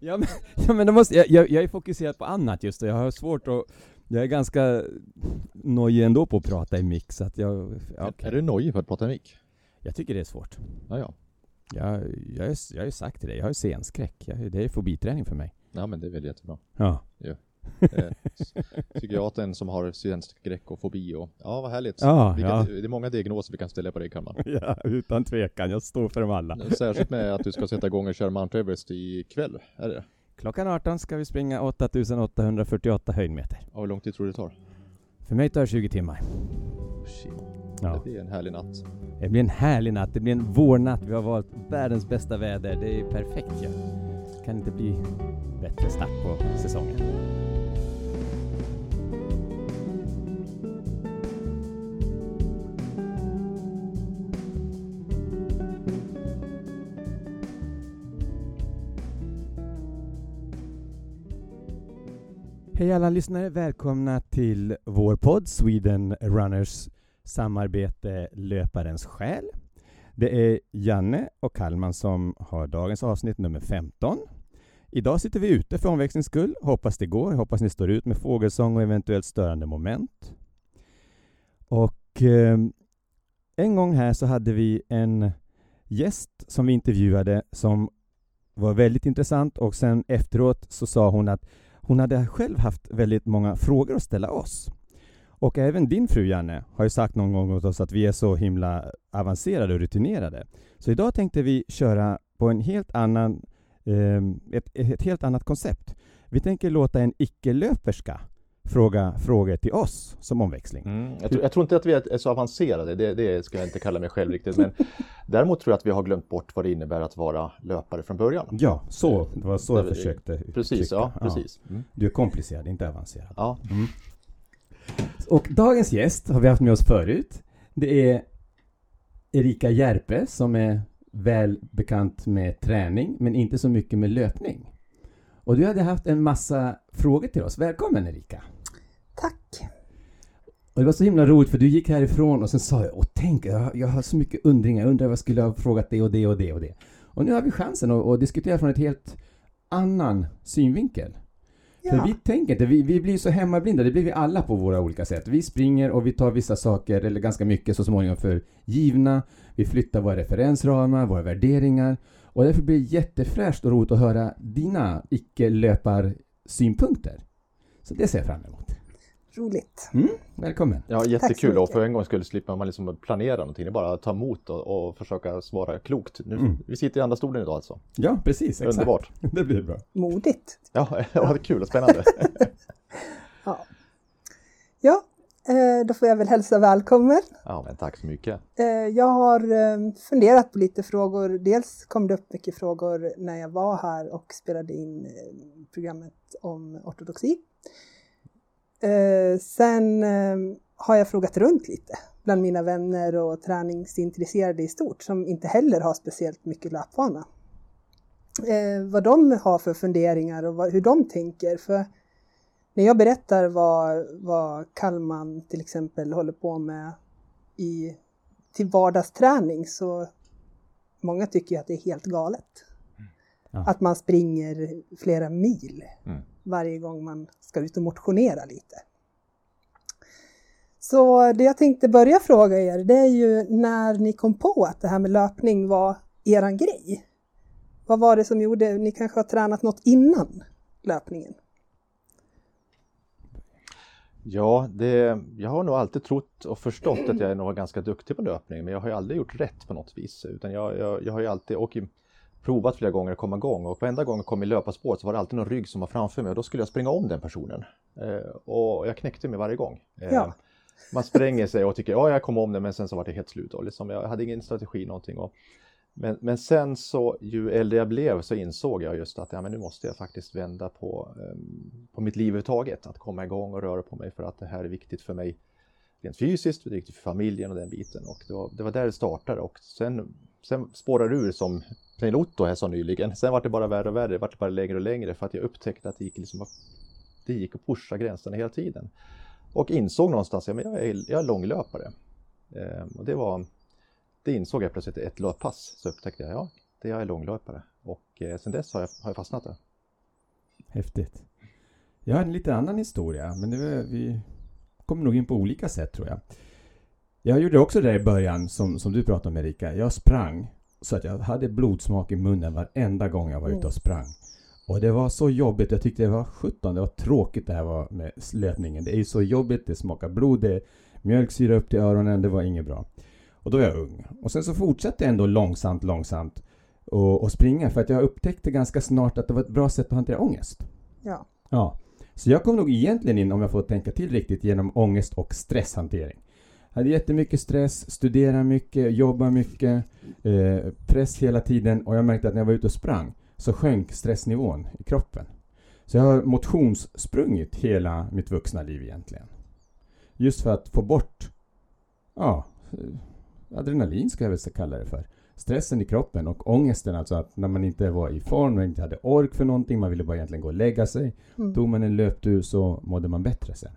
Men då måste, jag är fokuserad på annat just det. Jag har svårt att... Jag är ganska nojig ändå på att prata i mick. Så att Är du nojig för att prata i mick? Jag tycker det är svårt. Ja. Jag har ju sagt till dig, jag har ju scenskräck. Det är fobiträning för mig. Ja, men det är väl jättebra. Ja. Psykiatern som har scenskräck och fobi. Och, ja, vad härligt. Det är många diagnoser vi kan ställa på dig, Kalman. Ja, utan tvekan. Jag står för dem alla. Särskilt med att du ska sätta igång och köra Mount Everest ikväll, är det? Klockan 18 ska vi springa 8848 höjdmeter. Ja, hur lång tid tror du det tar? För mig tar det 20 timmar. Shit. Ja. Det blir en härlig natt. Det blir en härlig natt. Det blir en vårnatt. Vi har valt världens bästa väder. Det är perfekt ju. Det kan inte bli bättre start på säsongen. Hej alla lyssnare, välkomna till vår podd Sweden Runners samarbete Löparens själ. Det är Janne och Kalman som har dagens avsnitt nummer 15. Idag sitter vi ute för omväxlings skull. Hoppas det går, hoppas ni står ut med fågelsång och eventuellt störande moment. Och en gång här så hade vi en gäst som vi intervjuade som var väldigt intressant, och sen efteråt så sa hon att hon hade själv haft väldigt många frågor att ställa oss. Och även din fru Janne har ju sagt någon gång åt oss att vi är så himla avancerade och rutinerade. Så idag tänkte vi köra på en helt annan, ett helt annat koncept. Vi tänker låta en icke-löperska fråga frågor till oss som omväxling. Jag tror inte att vi är så avancerade, det ska jag inte kalla mig själv riktigt. Men däremot tror jag att vi har glömt bort vad det innebär att vara löpare från början. Ja, det var så jag försökte. Precis, ja, precis. Mm. Du är komplicerad, inte avancerad. Ja. Mm. Och dagens gäst har vi haft med oss förut. Det är Erika Järpe som är väl bekant med träning, men inte så mycket med löpning. Och du hade haft en massa frågor till oss. Välkommen Erika. Tack. Och det var så himla roligt för du gick härifrån och sen sa jag, tänk, jag har så mycket undringar. Jag undrar vad jag skulle ha frågat det och det och det och det. Och nu har vi chansen att diskutera från ett helt annan synvinkel. Ja. För vi tänker inte, vi blir så hemmablinda, det blir vi alla på våra olika sätt. Vi springer och vi tar vissa saker, eller ganska mycket så småningom för givna. Vi flyttar våra referensramar, våra värderingar. Och därför blir det jättefräscht och roligt att höra dina icke-löparsynpunkter. Så det ser jag fram emot. Roligt. Välkommen. Ja, jättekul. Och för en gång skulle slippa man liksom planera någonting. Det är bara att ta emot och försöka svara klokt. Vi sitter i andra stolen idag alltså. Ja, precis. Exakt. Underbart. Det blir bra. Modigt. Ja, det var kul och spännande. Ja, då får jag väl hälsa välkommen. Ja, men tack så mycket. Jag har funderat på lite frågor. Dels kom det upp mycket frågor när jag var här och spelade in programmet om ortodoxi. Sen har jag frågat runt lite bland mina vänner och träningsintresserade i stort som inte heller har speciellt mycket löpvana. Vad de har för funderingar och hur de tänker. För när jag berättar vad Kalman till exempel håller på med till vardagsträning, så många tycker att det är helt galet. Ja. Att man springer flera mil varje gång man ska ut och motionera lite. Så det jag tänkte börja fråga er, det är ju när ni kom på att det här med löpning var eran grej. Vad var det som gjorde, ni kanske har tränat något innan löpningen? Ja, jag har nog alltid trott och förstått att jag är nog ganska duktig på löpning. Men jag har ju aldrig gjort rätt på något vis. Utan jag har ju alltid provat flera gånger att komma igång. Och varenda gång jag kom i löparspåret så var det alltid någon rygg som var framför mig. Och då skulle jag springa om den personen. Och jag knäckte mig varje gång. Ja. Man spränger sig och tycker, jag kom om den, men sen så var det helt slut. Och liksom, jag hade ingen strategi någonting. Men sen så, ju äldre jag blev så insåg jag just att men nu måste jag faktiskt vända på mitt liv överhuvudtaget. Att komma igång och röra på mig, för att det här är viktigt för mig rent fysiskt, det är viktigt för familjen och den biten. Och det var där det startade. Och sen spårade ur som Otto här sa nyligen. Sen var det bara värre och värre, det var bara längre och längre, för att jag upptäckte att det gick att pusha gränserna hela tiden. Och insåg någonstans att jag är långlöpare. Och det insåg jag plötsligt ett löppass, så upptäckte jag, jag är långlöpare. Och sen dess har jag fastnat där. Häftigt. Jag har en lite annan historia, men vi kommer nog in på olika sätt tror jag. Jag gjorde också det i början som du pratade om, Erika. Jag sprang så att jag hade blodsmak i munnen varenda gång jag var ute och sprang. Och det var så jobbigt. Jag tyckte det var tråkigt det här var med löpningen. Det är ju så jobbigt, det smakar blod, det är mjölksyra upp till öronen, det var inget bra. Och då var jag ung. Och sen så fortsatte jag ändå långsamt och springa, för att jag upptäckte ganska snart att det var ett bra sätt att hantera ångest. Ja. Så jag kom nog egentligen in, om jag får tänka till riktigt, genom ångest och stresshantering. Jag hade jättemycket stress, studerade mycket, jobbade mycket, press hela tiden, och jag märkte att när jag var ute och sprang så sjönk stressnivån i kroppen. Så jag har motionssprungit hela mitt vuxna liv egentligen. Just för att få bort adrenalin ska jag väl kalla det för. Stressen i kroppen och ångesten, alltså att när man inte var i form, man inte hade ork för någonting, man ville bara egentligen gå och lägga sig. Tog man en löptur så mådde man bättre sen.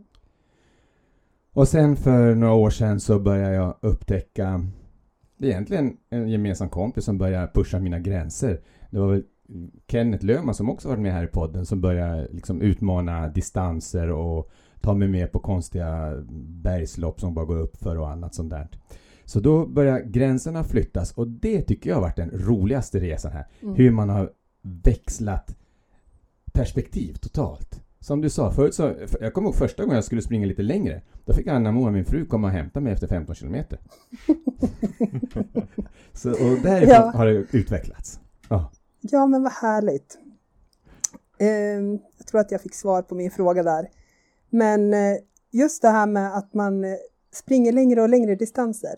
Och sen för några år sedan så började jag upptäcka, det är egentligen en gemensam kompis som började pusha mina gränser. Det var väl Kenneth Löfman som också varit med här i podden som började liksom utmana distanser och ta mig med på konstiga bergslopp som bara går upp för och annat sånt där. Så då börjar gränserna flyttas, och det tycker jag har varit den roligaste resan här. Hur man har växlat perspektiv totalt. Som du sa förut, så jag kommer ihåg första gången jag skulle springa lite längre. Då fick Anna-Moa, min fru, komma och hämta mig efter 15 kilometer. Så, och därifrån har det utvecklats. Ja, men vad härligt. Jag tror att jag fick svar på min fråga där. Men just det här med att man springer längre och längre distanser.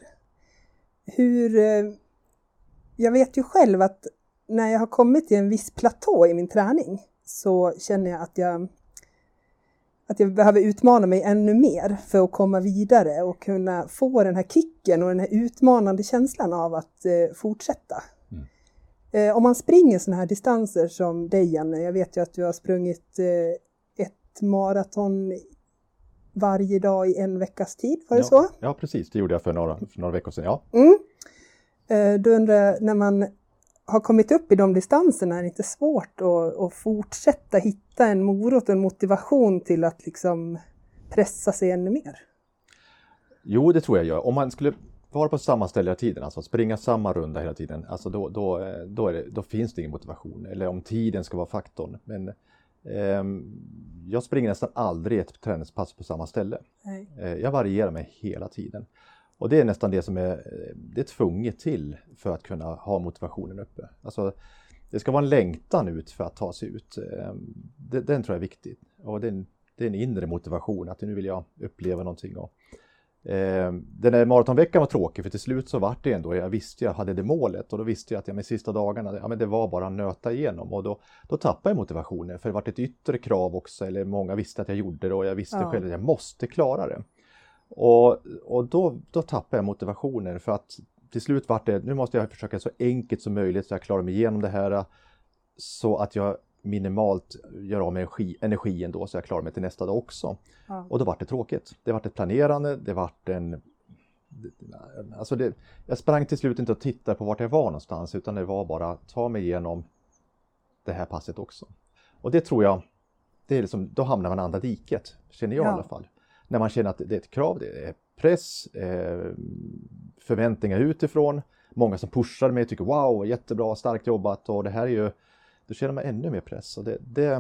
Jag vet ju själv att när jag har kommit till en viss platå i min träning så känner jag att jag behöver utmana mig ännu mer för att komma vidare och kunna få den här kicken och den här utmanande känslan av att fortsätta. Om man springer såna här distanser som dig, Janne, jag vet ju att du har sprungit ett maraton varje dag i en veckas tid, var det så? Ja, precis. Det gjorde jag för några veckor sedan, ja. Då undrar jag, när man har kommit upp i de distanserna, är det inte svårt att fortsätta hitta en morot och en motivation till att liksom pressa sig ännu mer? Jo, det tror jag gör. Om man skulle vara på samma ställe hela tiden, alltså springa samma runda hela tiden, alltså då finns det ingen motivation. Eller om tiden ska vara faktorn. Men jag springer nästan aldrig ett träningspass på samma ställe. Nej. Jag varierar mig hela tiden. Och det är nästan det som det är tvunget till för att kunna ha motivationen uppe. Alltså, det ska vara en längtan ut för att ta sig ut. Den tror jag är viktig. Och det är en inre motivation att nu vill jag uppleva någonting. Den här maratonveckan var tråkig, för till slut så var det ändå, jag hade det målet, och då visste jag att de sista dagarna, men det var bara att nöta igenom, och då tappade jag motivationen, för det var ett yttre krav också, eller många visste att jag gjorde det, och jag visste själv att jag måste klara det. Och då tappade jag motivationen, för att till slut var det, nu måste jag försöka så enkelt som möjligt så jag klarar mig igenom det här, så att jag minimalt gör av med energin då, så jag klarar mig till nästa dag också. Och då var det tråkigt. Det var ett planerande, det var jag sprang till slut inte och tittade på vart jag var någonstans, utan det var bara att ta mig igenom det här passet också. Och det tror jag, det är liksom, då hamnar man i andra diket, känner jag i alla fall. När man känner att det är ett krav, det är press, förväntningar utifrån, många som pushar mig, tycker wow, jättebra, starkt jobbat, och det här är ju, då känner man ännu mer press. Och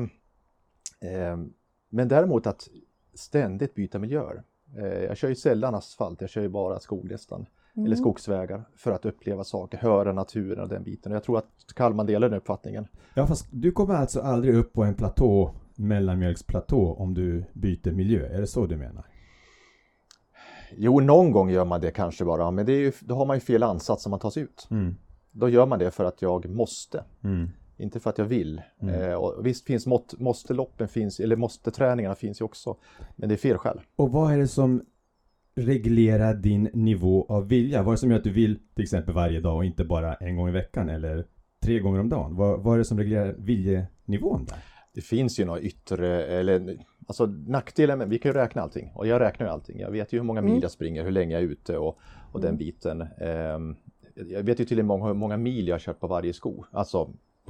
men däremot att ständigt byta miljöer. Jag kör ju sällan asfalt, jag kör ju bara skog nästan. Eller skogsvägar, för att uppleva saker, höra naturen och den biten. Och jag tror att Kalman delar den uppfattningen. Ja, fast du kommer alltså aldrig upp på en platå, mellanmjölksplatå, om du byter miljö. Är det så du menar? Jo, någon gång gör man det kanske bara. Men då har man ju fel ansats om man tar sig ut. Då gör man det för att jag måste. Inte för att jag vill. Och visst finns måste-loppen finns, eller måste-träningarna finns ju också. Men det är fel skäl. Och vad är det som reglerar din nivå av vilja? Vad är det som gör att du vill till exempel varje dag och inte bara en gång i veckan eller 3 gånger om dagen? Vad är det som reglerar viljenivån där? Det finns ju några yttre, eller alltså nackdelen, men vi kan ju räkna allting. Och jag räknar ju allting. Jag vet ju hur många mil jag springer, hur länge jag är ute och den biten. Jag vet ju till och med hur många mil jag har kört på varje sko. Alltså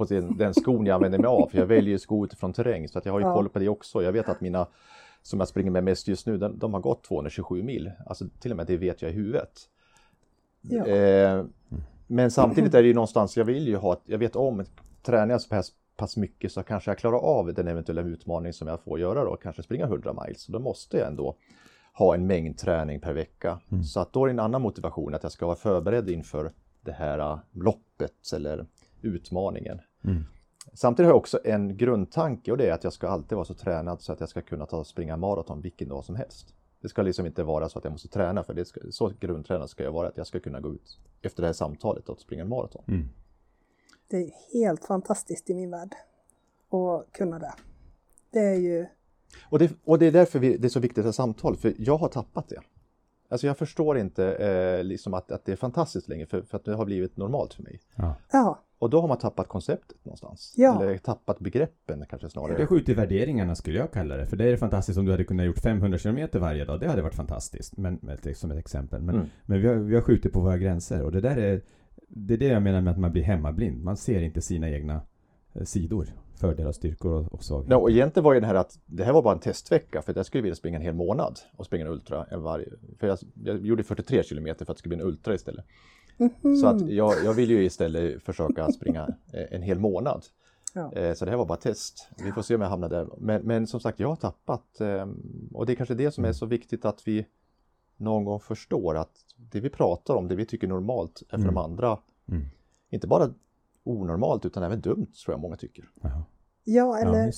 på den skon jag använder mig av. För jag väljer sko utifrån terräng, så att jag har ju koll på det också. Jag vet att mina, som jag springer med mest just nu, de har gått 227 mil. Alltså till och med det vet jag i huvudet. Ja. Men samtidigt är det ju någonstans, jag vet om, tränar jag så pass mycket så kanske jag klarar av den eventuella utmaning som jag får göra då, kanske springa 100 miles. Så då måste jag ändå ha en mängd träning per vecka. Så att då är det en annan motivation att jag ska vara förberedd inför det här loppet eller utmaningen. Samtidigt har jag också en grundtanke, och det är att jag ska alltid vara så tränad så att jag ska kunna springa maraton vilken dag som helst. Det ska liksom inte vara så att jag måste träna, för så grundtränad ska jag vara att jag ska kunna gå ut efter det här samtalet och springa en maraton. Det är helt fantastiskt i min värld att kunna det. Det är ju... Och det är därför det är så viktigt att samtal, för jag har tappat det. Alltså jag förstår inte liksom att det är fantastiskt länge, för att det har blivit normalt för mig. Ja. Och då har man tappat konceptet någonstans. Ja. Eller tappat begreppen kanske snarare. Det skjuter värderingarna skulle jag kalla det. För det är fantastiskt om du hade kunnat gjort 500 kilometer varje dag. Det hade varit fantastiskt. Som ett exempel. Men vi har skjutit på våra gränser. Och det är det jag menar med att man blir hemmablind. Man ser inte sina egna sidor. Fördelar, styrkor och svagheter. Och egentligen var ju det här att det här var bara en testvecka. För att jag skulle vilja springa en hel månad och springa en ultra. För jag gjorde 43 kilometer för att det skulle bli en ultra istället. Så att jag vill ju istället försöka springa en hel månad. Ja. Så det här var bara test. Vi får se om jag hamnar där. Men som sagt, jag har tappat. Och det är kanske det som är så viktigt att vi någon gång förstår att det vi pratar om, det vi tycker normalt är för de andra. Inte bara onormalt utan även dumt, tror jag många tycker. Ja, eller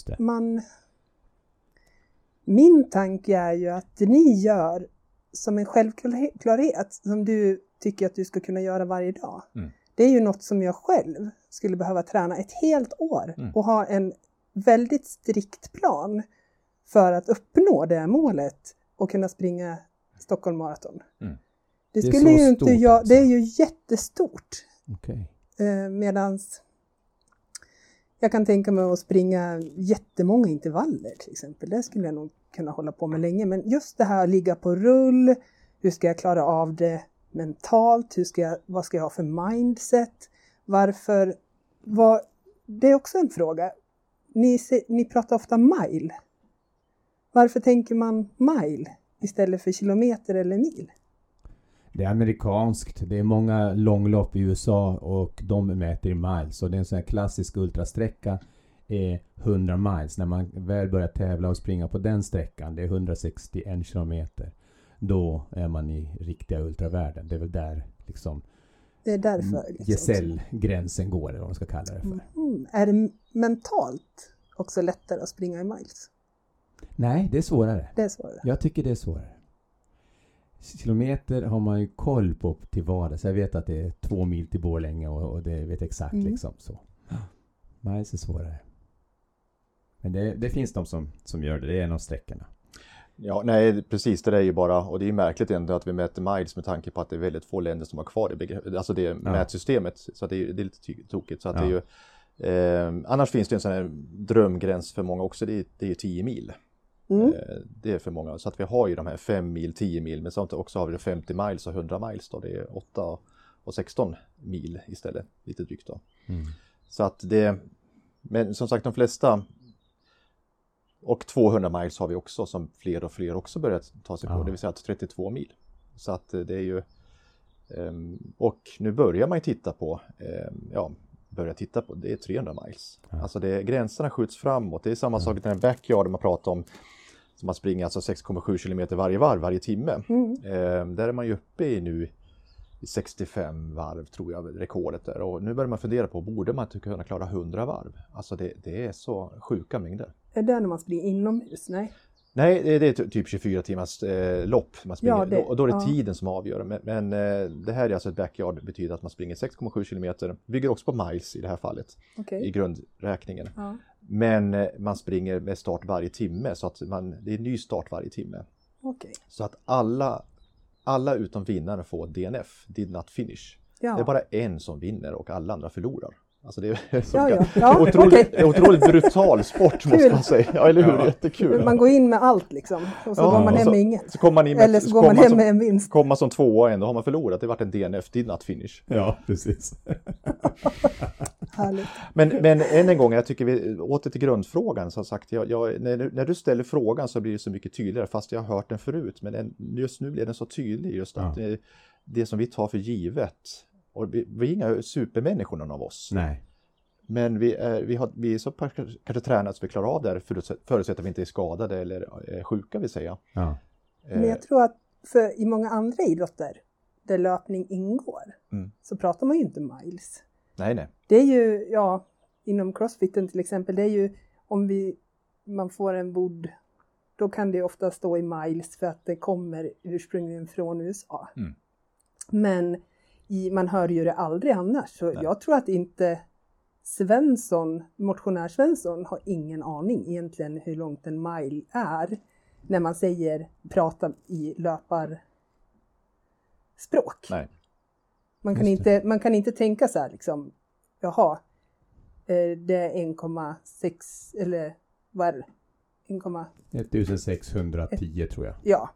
min tanke är ju att det ni gör som en självklarhet som du tycker att du ska kunna göra varje dag. Det är ju något som jag själv skulle behöva träna ett helt år och ha en väldigt strikt plan för att uppnå det målet och kunna springa Stockholm Marathon. Det skulle ju inte jag, det är ju jättestort. Medans jag kan tänka mig att springa jättemånga intervaller till exempel. Det skulle jag nog kunna hålla på med länge. Men just det här att ligga på rull, hur ska jag klara av det mentalt? Vad ska jag ha för mindset? Det är också en fråga. Ni pratar ofta mile. Varför tänker man mile istället för kilometer eller mil? Det är amerikanskt. Det är många långlopp i USA och de mäter i miles. Så det är en sån här klassisk ultrasträcka är 100 miles. När man väl börjar tävla och springa på den sträckan, det är 161 kilometer. Då är man i riktiga ultravärlden. Det är väl där liksom det är därför Gesell-gränsen går, eller vad man ska kalla det för. Är det mentalt också lättare att springa i miles? Nej, det är svårare. Det är svårare. Jag tycker det är svårare. Kilometer har man ju koll på till vardag. Så jag vet att det är 2 mil till Borlänge och det vet exakt liksom så. Miles är svårare. Men det finns de som gör det. Det är en av sträckorna. Ja, nej, precis. Det är ju bara, och det är märkligt ändå att vi mäter miles med tanke på att det är väldigt få länder som har kvar det, alltså det mätsystemet. Så att det är lite tokigt. Så att det är ju, annars finns det en sån här drömgräns för många också. Det är ju 10 mil. Det är för många. Så att vi har ju de här 5 mil, 10 mil. Men sånt också har vi 50 miles och 100 miles då. Det är 8 och 16 mil istället. Lite drygt då. Så att det, men som sagt de flesta, och 200 miles har vi också som fler och fler också börjat ta sig på. Det vill säga att 32 mil. Så att det är ju, och nu börjar man ju titta på, det är 300 miles. Alltså gränserna skjuts framåt. Det är samma sak i den här backyard man pratar om. Som man springer alltså 6,7 kilometer varje timme. Där är man ju uppe i nu i 65 varv tror jag rekordet där. Och nu börjar man fundera på, borde man inte kunna klara 100 varv? Alltså det är så sjuka mängder. Är det när man springer inomhus? Nej, det är typ 24 timmars lopp man springer. Och då är det tiden som avgör. Men det här är alltså ett backyard, betyder att man springer 6,7 kilometer. Bygger också på miles i det här fallet. I grundräkningen. Men man springer med start varje timme. Så att det är ny start varje timme. Så att alla utom vinnare får DNF, did not finish. Det är bara en som vinner och alla andra förlorar. Alltså det är otroligt brutal sport måste man säga. Ja, eller hur? Jättekul. Man går in med allt liksom. Och så går man hem med inget. Så kommer man in eller så går man hem med en vinst. Kommer man som tvåa ändå har man förlorat. Det har varit en DNF, did not finish. Ja, precis. Härligt. Men än en gång, jag tycker vi åter till grundfrågan. Som sagt, när du ställer frågan så blir det så mycket tydligare, fast jag har hört den förut. Men just nu blir den så tydlig, just att det som vi tar för givet. Och vi är inga supermänniskor någon av oss. Nej. Men vi är så kanske tränade så vi klarar av det här, förutsatt att vi inte är skadade eller är sjuka, vill säga. Ja. Men jag tror att i många andra idrotter där löpning ingår så pratar man ju inte miles. Nej. Det är ju, inom crossfiten till exempel, det är ju om man får en bod, då kan det ofta stå i miles för att det kommer ursprungligen från USA. Men man hör ju det aldrig annars. Så jag tror att inte motionär Svensson har ingen aning egentligen hur långt en mile är när man prata i löparspråk. Nej. Man kan inte tänka så här liksom, det är 1,6 eller vad är det? 1610 tror jag. Ja.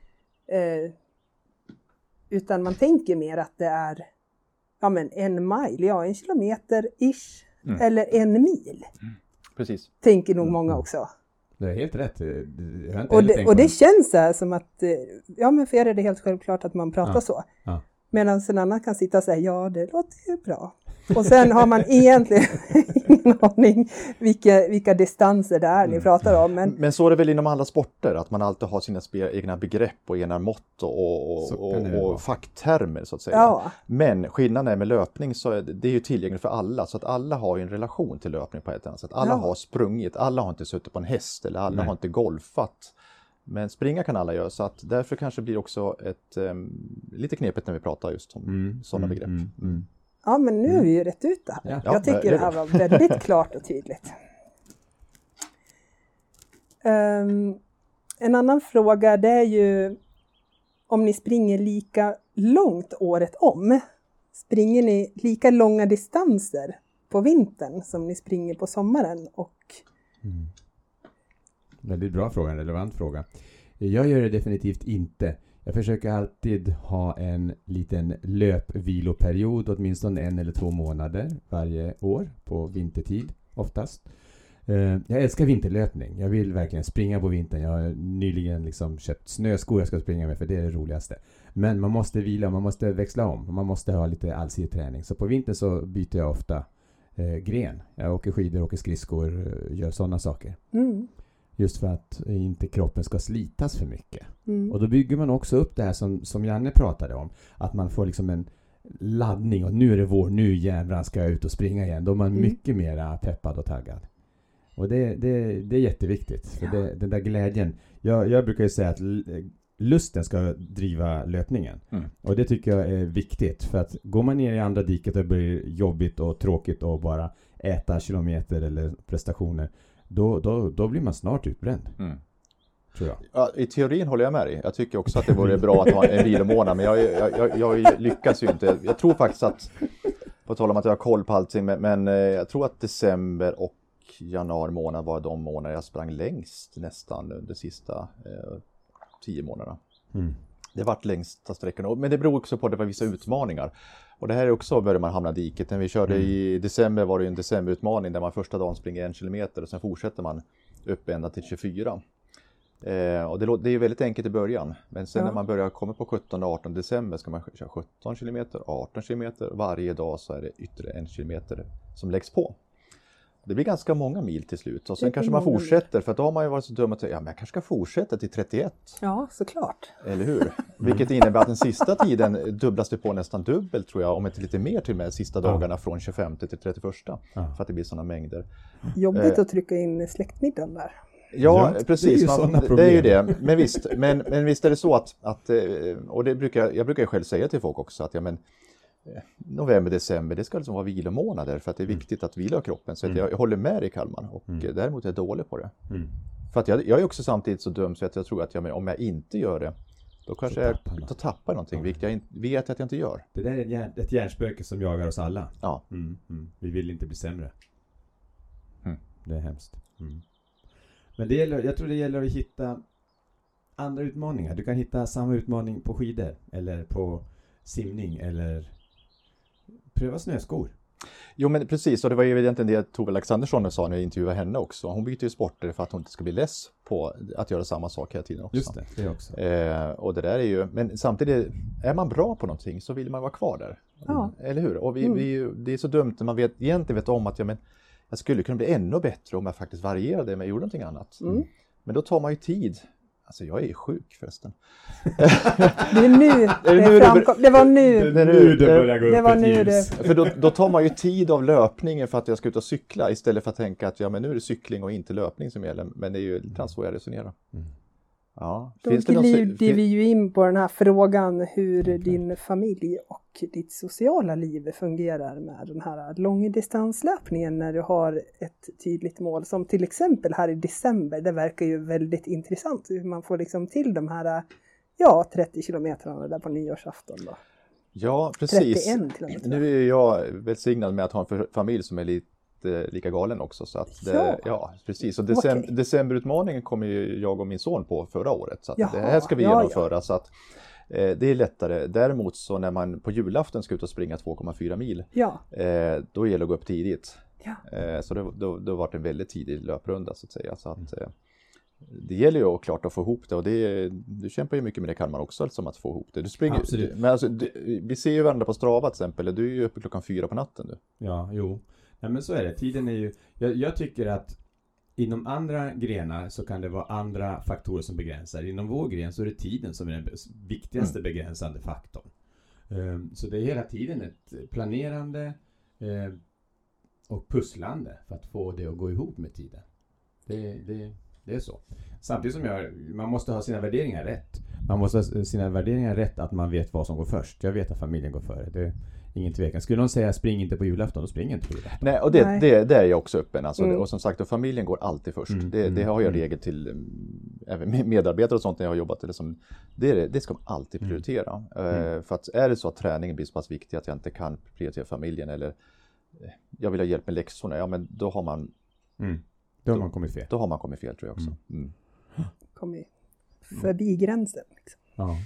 Utan man tänker mer att det är en mile, 1 kilometer-ish, eller 1 mil. Precis. Tänker nog många också. Det är helt rätt. Och det känns så här som att, men för er är det helt självklart att man pratar så. Ja. Medan en annan kan sitta och säga, det låter ju bra. Och sen har man egentligen ingen aning vilka distanser det är ni pratar om. Men så är det väl inom alla sporter, att man alltid har sina egna begrepp och egna mått och facktermer, så att säga. Ja. Men skillnaden är med löpning, så är det är ju tillgängligt för alla, så att alla har ju en relation till löpning på ett annat sätt. Alla har sprungit, alla har inte suttit på en häst eller alla har inte golfat. Men springa kan alla göra, så att därför kanske blir också lite knepigt när vi pratar just om sådana begrepp. Ja, men nu har vi ju rätt ut det här. Jag tycker det här var väldigt klart och tydligt. En annan fråga, det är ju om ni springer lika långt året om. Springer ni lika långa distanser på vintern som ni springer på sommaren? Väldigt bra fråga, en relevant fråga. Jag gör det definitivt inte. Jag försöker alltid ha en liten löpviloperiod, åtminstone 1 eller 2 månader varje år på vintertid oftast. Jag älskar vinterlöpning. Jag vill verkligen springa på vintern. Jag har nyligen köpt snöskor jag ska springa med, för det är det roligaste. Men man måste vila, man måste växla om. Man måste ha lite allsidig träning. Så på vintern så byter jag ofta gren. Jag åker skidor, åker skridskor, gör sådana saker. Just för att inte kroppen ska slitas för mycket. Och då bygger man också upp det här som Janne pratade om. Att man får en laddning. Och nu är det vår, nu jävlar ska jag ut och springa igen. Då är man mycket mer peppad och taggad. Och det är jätteviktigt. För den där glädjen. Jag brukar ju säga att lusten ska driva löpningen. Och det tycker jag är viktigt. För att går man ner i andra diket och det blir jobbigt och tråkigt och bara äta kilometer eller prestationer. Då blir man snart utbränd. Tror jag. Ja, i teorin håller jag med dig. Jag tycker också att det vore bra att ha en vilomånad. Men jag lyckas ju inte. Jag tror faktiskt att, på tal om att jag har koll på allting, men jag tror att december och januari månad var de månader jag sprang längst nästan under sista 10 månaderna. Det var längsta sträckan. Men det beror också på att det var vissa utmaningar. Och det här är också börjar man hamna i diket. När vi körde i december var det en decemberutmaning där man första dagen springer 1 kilometer och sen fortsätter man upp ända till 24. Och det är väldigt enkelt i början. Men sen när man börjar komma på 17-18 december ska man köra 17 kilometer, 18 kilometer. Varje dag så är det ytterligare 1 kilometer som läggs på. Det blir ganska många mil till slut. Och sen kanske man fortsätter. För att då har man ju varit så dum att säga, men jag kanske ska fortsätta till 31. Ja, såklart. Eller hur? Vilket innebär att den sista tiden dubblas det på nästan dubbelt, tror jag. Om inte lite mer till och med sista dagarna från 25 till 31. För att det blir sådana mängder. Jobbigt att trycka in släktmiddagen där. Ja, precis. Det är ju det. Men visst är det så att och jag brukar själv säga till folk också att november, december, det ska vara vilomånader för att det är viktigt att vila kroppen. Så att jag håller med dig, Kalman, och däremot är jag dålig på det. För att jag är också samtidigt så dum så att jag tror att om jag inte gör det, då kanske jag tappar någonting, vilket jag vet att jag inte gör. Det där är ett hjärnspöke som jagar oss alla. Ja. Vi vill inte bli sämre. Det är hemskt. Men jag tror det gäller att hitta andra utmaningar. Du kan hitta samma utmaning på skidor eller på simning eller pröva snöskor. Jo men precis, och det var ju egentligen det Tove Alexandersson sa när jag intervjuade henne också. Hon byter ju sporter för att hon inte ska bli less på att göra samma sak hela tiden också. Just det också. Och det där är ju, men samtidigt, är man bra på någonting så vill man vara kvar där. Ja. Eller hur? Och det är så dumt när man egentligen vet om att jag skulle kunna bli ännu bättre om jag faktiskt varierade men jag gjorde någonting annat. Men då tar man ju tid. Alltså jag är sjuk förresten. Det är nu det framkom. Det var nu. Det börjar gå upp. Det var nu det. För då tar man ju tid av löpningen för att jag ska ut och cykla istället för att tänka att men nu är det cykling och inte löpning som gäller. Men det är ju lite så jag resonerar. Ja. Då glider vi ju in på den här frågan hur din familj och ditt sociala liv fungerar med den här långdistanslöpningen när du har ett tydligt mål. Som till exempel här i december, det verkar ju väldigt intressant hur man får liksom till de här 30 kilometrarna där på nyårsafton då. Ja, precis. 31 kilometer. Nu är jag välsignad med att ha en familj som är lite lika galen också. Så att precis. Och decemberutmaningen kom ju jag och min son på förra året. Så att det här ska vi genomföra. Så att det är lättare. Däremot så när man på julafton ska ut och springa 2,4 mil. Då gäller det att gå upp tidigt. Så då var det en väldigt tidig löprunda så att säga. Så att det gäller ju klart att få ihop det. Och du kämpar ju mycket med det Kalmar också, som att få ihop det. Du springer, absolut. Men alltså, vi ser ju varandra på Strava till exempel. Du är ju uppe 4:00 på natten nu. Ja, jo. Ja, men så är det. Tiden är ju... Jag tycker att inom andra grenar så kan det vara andra faktorer som begränsar. Inom vår gren så är det tiden som är den viktigaste begränsande faktorn. Så det är hela tiden ett planerande och pusslande för att få det att gå ihop med tiden. Det är så. Samtidigt som man måste ha sina värderingar rätt. Man måste ha sina värderingar rätt att man vet vad som går först. Jag vet att familjen går före. Det är ingen tvekan. Skulle någon säga spring inte på julafton, då springer inte på julafton. Nej, och det är jag också öppen. Alltså, och som sagt, familjen går alltid först. Det har jag regel till även medarbetare och sånt när jag har jobbat. Det ska man alltid prioritera. För att är det så att träningen blir så pass viktig att jag inte kan prioritera familjen eller jag vill ha hjälp med läxorna, men då har man Då har man kommit fel. Då har man kommit fel tror jag också. Kommit förbi gränsen. Liksom.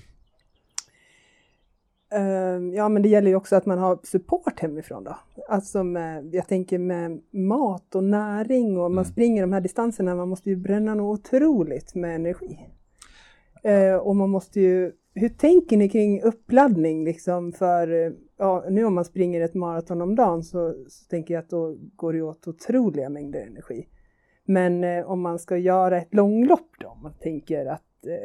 Ja. Men det gäller ju också att man har support hemifrån då. Alltså jag tänker med mat och näring och man springer de här distanserna. Man måste ju bränna något otroligt med energi. Och man måste ju... Hur tänker ni kring uppladdning liksom för... nu om man springer ett maraton om dagen så tänker jag att då går det åt otroliga mängder energi. Men om man ska göra ett långlopp då, man tänker att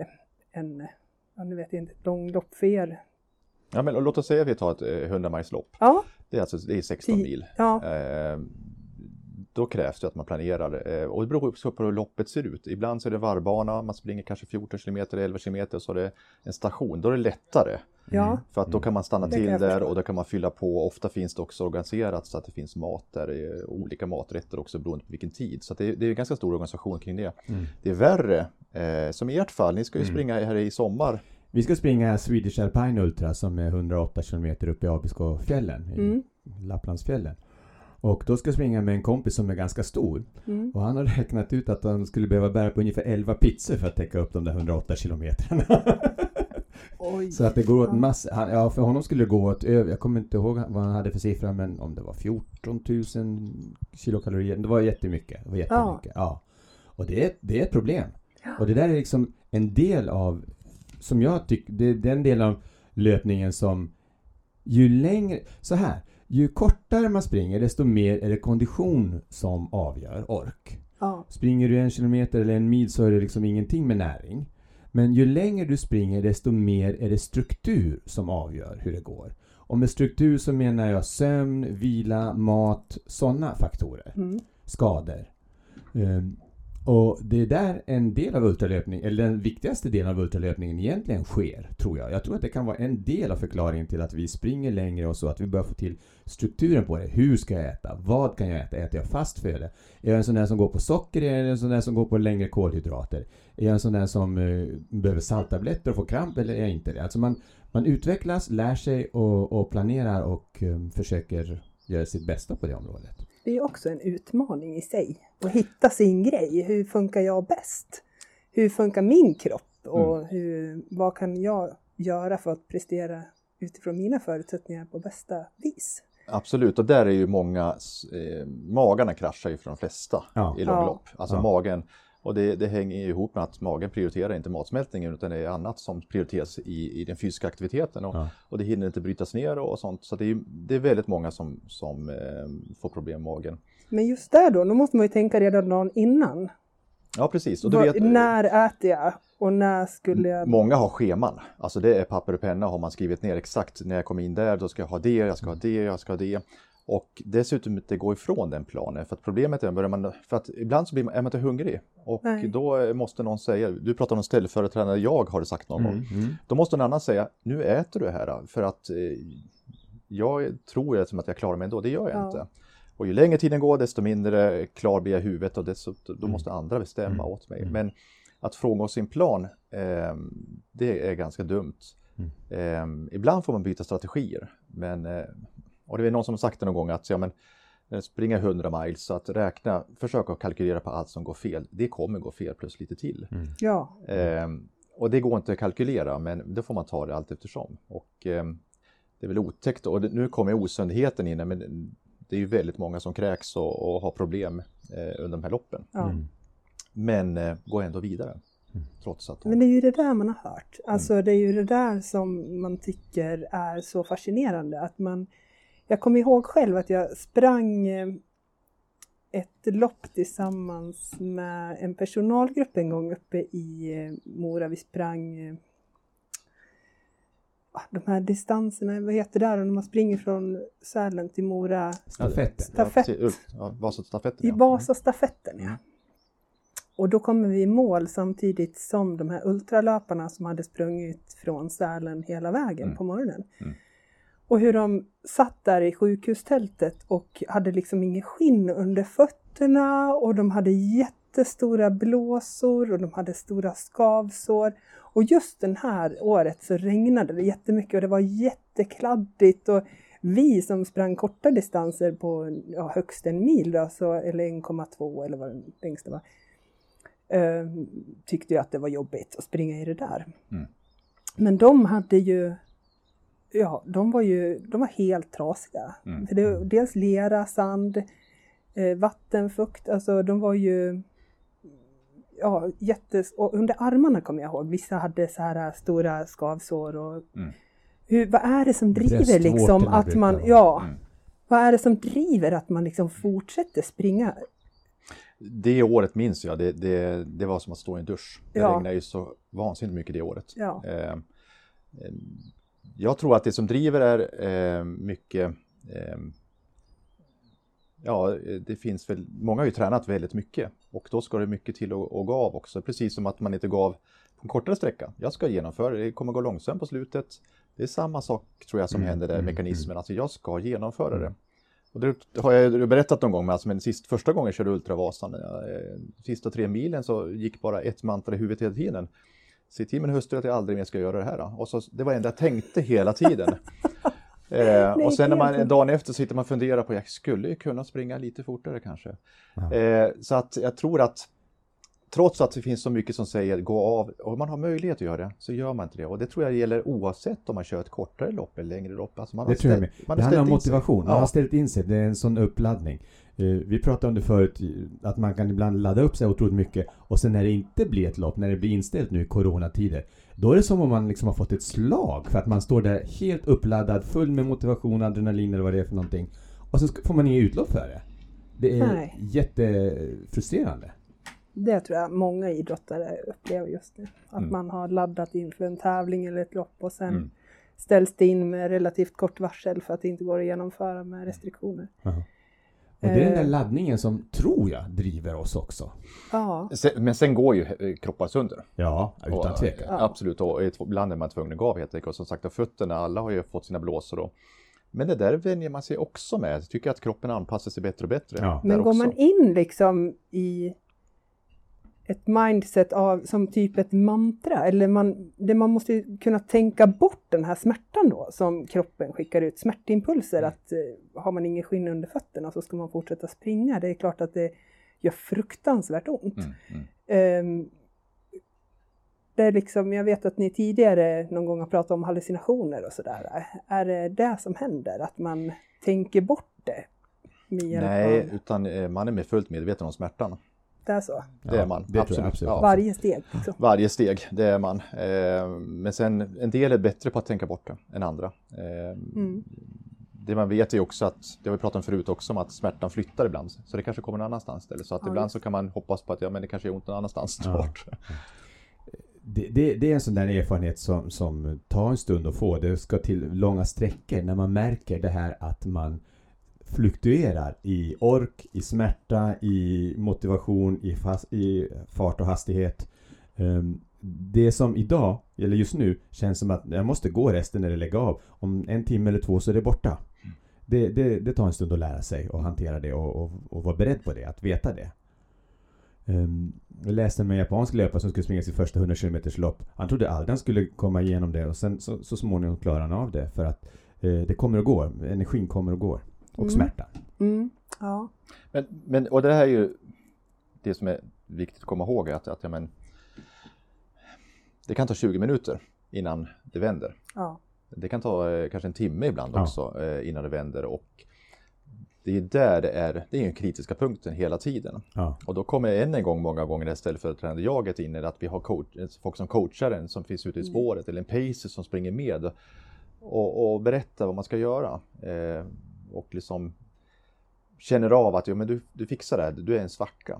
nu vet jag inte, ett långlopp för er. Ja, men låt oss säga att vi tar ett 100-milslopp. Ja. Det är 16 mil. Ja. Då krävs det att man planerar. Och det beror också på hur loppet ser ut. Ibland så är det varvbana, man springer kanske 14 km, 11 km och så är det en station. Då är det lättare. Ja. För att då kan man stanna till där och då kan man fylla på. Ofta finns det också organiserat så att det finns mat där, olika maträtter också beroende på vilken tid. Så att det är en ganska stor organisation kring det. Det är värre, som i ert fall, ni ska ju springa här i sommar. Vi ska springa Swedish Alpine Ultra som är 108 km uppe i Abisko-fjällen, i Lapplandsfjällen. Och då ska jag springa med en kompis som är ganska stor. Och han har räknat ut att han skulle behöva bära på ungefär 11 pizzor för att täcka upp de där 108 kilometrarna. Så att det går åt massa. För honom skulle det gå åt över. Jag kommer inte ihåg vad han hade för siffra, men om det var 14 000 kilokalorier. Det var jättemycket. Ja. Och det är ett problem. Och det där är liksom en del av, som jag tycker, det är den del av löpningen som ju kortare man springer, desto mer är det kondition som avgör ork. Springer du 1 kilometer eller 1 mil så är det liksom ingenting med näring. Men ju längre du springer, desto mer är det struktur som avgör hur det går. Och med struktur så menar jag sömn, vila, mat, sådana faktorer. Skador. Och det är där en del av ultralöpning, eller den viktigaste delen av ultralöpningen egentligen sker, tror jag. Jag tror att det kan vara en del av förklaringen till att vi springer längre och så, att vi börjar få till strukturen på det. Hur ska jag äta? Vad kan jag äta? Äter jag fast föda? Är jag en sån där som går på socker eller är jag en sån där som går på längre kolhydrater? Är jag en sån där som behöver salttabletter och får kramp eller är jag inte det? Alltså man utvecklas, lär sig och planerar och försöker göra sitt bästa på det området. Det är också en utmaning i sig. Att hitta sin grej. Hur funkar jag bäst? Hur funkar min kropp? Och vad kan jag göra för att prestera utifrån mina förutsättningar på bästa vis? Absolut, och där är ju många, magarna kraschar ju för de flesta i långlopp. Alltså magen, och det hänger ju ihop med att magen prioriterar inte matsmältningen utan det är annat som prioriteras i den fysiska aktiviteten. Och det hinner inte brytas ner och sånt. Så det är väldigt många som får problem med magen. Men just där då måste man ju tänka redan dagen innan. Ja, precis. Och när äter jag och när skulle jag... Många har scheman. Alltså det är papper och penna, har man skrivit ner exakt när jag kommer in där, då ska jag ha det, jag ska ha det, jag ska ha det. Och dessutom inte gå ifrån den planen. För att problemet är att ibland så är man inte hungrig. Och då måste någon säga, du pratar om ställföreträdare, jag har det sagt någon gång. Då måste en annan säga, nu äter du här för att jag tror att jag klarar mig ändå, det gör jag inte. Och ju längre tiden går desto mindre klar blir jag i huvudet och då måste andra bestämma åt mig. Men att fråga sin plan, det är ganska dumt. Ibland får man byta strategier. Och det är någon som har sagt det någon gång att springa 100 miles, så att försöka kalkylera på allt som går fel. Det kommer gå fel plus lite till. Och det går inte att kalkylera, men då får man ta det allt eftersom. Och det är väl otäckt. Och nu kommer osundheten in, men det är ju väldigt många som kräks och har problem under de här loppen. Men går ändå vidare. Trots att Men det är ju det där man har hört. Alltså det är ju det där som man tycker är så fascinerande. Att jag kommer ihåg själv att jag sprang ett lopp tillsammans med en personalgrupp en gång uppe i Mora. Vi sprang de här distanserna, vad heter det där? När man springer från Sälen till Mora. Stafett. I Vasastafetten, ja. Och då kommer vi i mål samtidigt som de här ultralöparna som hade sprungit från Sälen hela vägen på morgonen. Och hur de satt där i sjukhustältet och hade liksom ingen skinn under fötterna. Och de hade jättestora blåsor och de hade stora skavsår. Och just den här året så regnade det jättemycket och det var jättekladdigt. Och vi som sprang korta distanser på högst 1 mil då, eller 1,2 eller vad det längsta var. Tyckte ju att det var jobbigt att springa i det där. Men de hade ju, de var helt trasiga. För det var dels lera, sand, vattenfukt, alltså de var ju och under armarna kommer jag ihåg, vissa hade så här stora skavsår och vad är det som driver liksom att man vad är det som driver att man liksom fortsätter springa? Det året minns jag, det var som att stå i en dusch. Det regnade ju så vansinnigt mycket det året. Jag tror att det som driver är mycket, det finns väl, många har ju tränat väldigt mycket och då ska det mycket till att gå av också. Precis som att man inte gav på en kortare sträcka. Jag ska genomföra det, kommer gå långsamt på slutet. Det är samma sak tror jag som händer där, mekanismen, alltså jag ska genomföra det. Och det har jag berättat någon gång, men första gången jag körde Ultravasan, sista 3 milen så gick bara ett mantra i huvudet hela tiden. Se till min hustru att jag aldrig mer ska göra det här. Och så, det var enda jag tänkte hela tiden. Och sen när man dagen efter sitter man och funderar på, jag skulle ju kunna springa lite fortare kanske. Så att jag tror att trots att det finns så mycket som säger gå av, och man har möjlighet att göra det, så gör man inte det. Och det tror jag gäller oavsett om man kör ett kortare lopp eller längre lopp. Alltså det tror jag med. Det handlar om motivation. Man har ställt in sig. Det är en sån uppladdning. Vi pratade om det förut, att man kan ibland ladda upp sig otroligt mycket. Och sen när det inte blir ett lopp, när det blir inställt nu i coronatider, då är det som om man liksom har fått ett slag. För att man står där helt uppladdad, full med motivation, adrenalin eller vad det är för någonting. Och så får man inget utlopp för det. Det är jättefrustrerande. Det tror jag många idrottare upplever just nu. Att man har laddat inför en tävling eller ett lopp och sen ställs det in med relativt kort varsel för att det inte går att genomföra med restriktioner. Och det är den där laddningen som tror jag driver oss också. Ja. Men sen går ju kroppar sönder. Ja, utan tvekan. Absolut, och ibland är man tvungen att gå av helt enkelt. Och som sagt, fötterna, alla har ju fått sina blåsor då. Men det där vänjer man sig också med. Jag tycker att kroppen anpassar sig bättre och bättre. Ja. Men går man in liksom i ett mindset som typ ett mantra, eller man måste kunna tänka bort den här smärtan då som kroppen skickar ut, smärtimpulser, att har man ingen skinn under fötterna så ska man fortsätta springa. Det är klart att det gör fruktansvärt ont. Det är liksom, jag vet att ni tidigare någon gång har pratat om hallucinationer och sådär. Är det det som händer? Att man tänker bort det? Nej, utan man är med fullt medveten om smärtan. Det är så? Det är man, det absolut. Ja. Varje steg? Så. Varje steg, det är man. Men sen en del är bättre på att tänka bort det än andra. Det man vet är också att, det har vi pratat om förut också, om att smärtan flyttar ibland. Så det kanske kommer någon annanstans. Så att ibland så kan man hoppas på att men det kanske är ont någon annanstans. Ja. Det är en sån där erfarenhet som tar en stund att få. Det ska till långa sträckor när man märker det här att man fluktuerar i ork, i smärta, i motivation, i fart och hastighet. Det som idag, eller just nu, känns som att jag måste gå resten när det lägger av. Om 1 timme eller 2 så är det borta. Det tar en stund att lära sig och hantera det och vara beredd på det, att veta det. Jag läste med en japansk löpare som skulle springa sitt första 100 km lopp. Han trodde aldrig han skulle komma igenom det, och sen så småningom klarar han av det, för att det kommer och går. Energin kommer och går. Och smärta. Ja. Men och det här är ju det som är viktigt att komma ihåg, att det kan ta 20 minuter innan det vänder. Ja. Det kan ta kanske en timme ibland också innan det vänder, och det är där det är den kritiska punkten hela tiden. Ja. Och då kommer jag än en gång många gånger det ställföreträdande jaget in i att vi har folk som coachar en, som finns ute i spåret, eller en pacer som springer med och berättar vad man ska göra. Och liksom känner av att men du fixar det här, du är en svacka.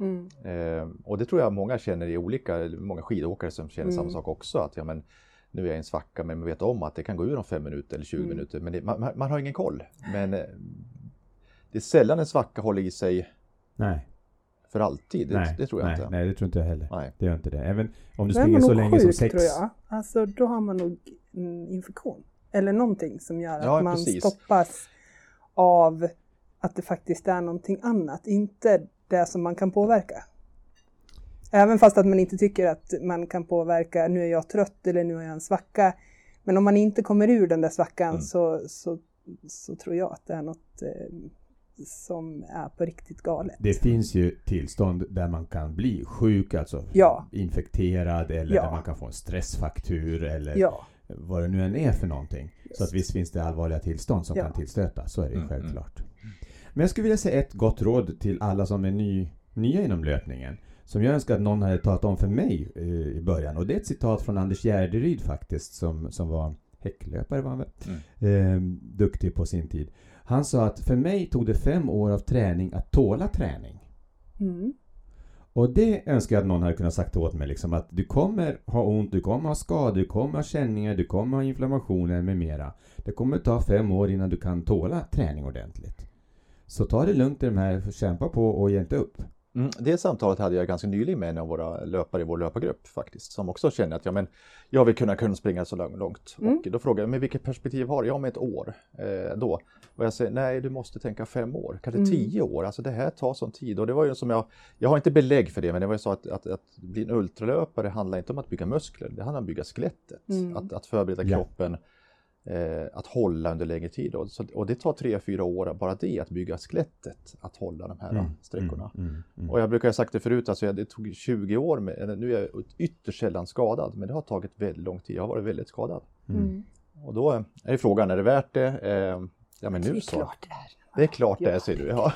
Och det tror jag många känner i många skidåkare som känner samma sak också, att nu är jag en svacka, men man vet om att det kan gå ur om 5 minuter eller 20 minuter, men man har ingen koll. Men det är sällan en svacka håller i sig för alltid, det tror jag inte. Nej, det tror inte jag heller. Nej. Det gör inte det. Även om du springer så länge som 6. Tror jag. Alltså då har man nog en infektion. Eller någonting som gör att man stoppas av att det faktiskt är någonting annat. Inte det som man kan påverka. Även fast att man inte tycker att man kan påverka, nu är jag trött eller nu är jag en svacka. Men om man inte kommer ur den där svackan så tror jag att det är något som är på riktigt galet. Det finns ju tillstånd där man kan bli sjuk, alltså infekterad, eller där man kan få en stressfaktur eller vad det nu än är för någonting. Just. Så att visst finns det allvarliga tillstånd som kan tillstöta, så är det självklart. Men jag skulle vilja säga ett gott råd till alla som är nya inom löpningen, som jag önskar att någon hade talat om för mig i början. Och det är ett citat från Anders Gärderyd faktiskt, som var häcklöpare, var han väl? Duktig på sin tid. Han sa att för mig tog det 5 år av träning att tåla träning. Och det önskar jag att någon hade kunnat sagt åt mig, liksom, att du kommer ha ont, du kommer ha skador, du kommer ha känningar, du kommer ha inflammationer med mera. Det kommer ta 5 år innan du kan tåla träning ordentligt. Så ta det lugnt i de här, kämpa på och ge inte upp. Det samtalet hade jag ganska nyligen med en av våra löpare i vår löpargrupp faktiskt, som också känner att jag vill kunna springa så långt. Och då frågar jag, men vilket perspektiv har jag med ett år då? Och jag säger, nej, du måste tänka 5 år, kanske 10 år, alltså det här tar sån tid. Och det var ju som jag har inte belägg för det, men det var ju så att bli en ultralöpare handlar inte om att bygga muskler, det handlar om att bygga skelettet, att förbereda kroppen. Att hålla under längre tid. Och det tar 3-4 år bara det, att bygga skelettet, att hålla de här sträckorna. Och jag brukar ha sagt det förut, alltså det tog 20 år, nu är jag ytterst sällan skadad, men det har tagit väldigt lång tid, jag har varit väldigt skadad. Och då är frågan, är det värt det? Men nu så. Det är klart det är, säger du. Ja.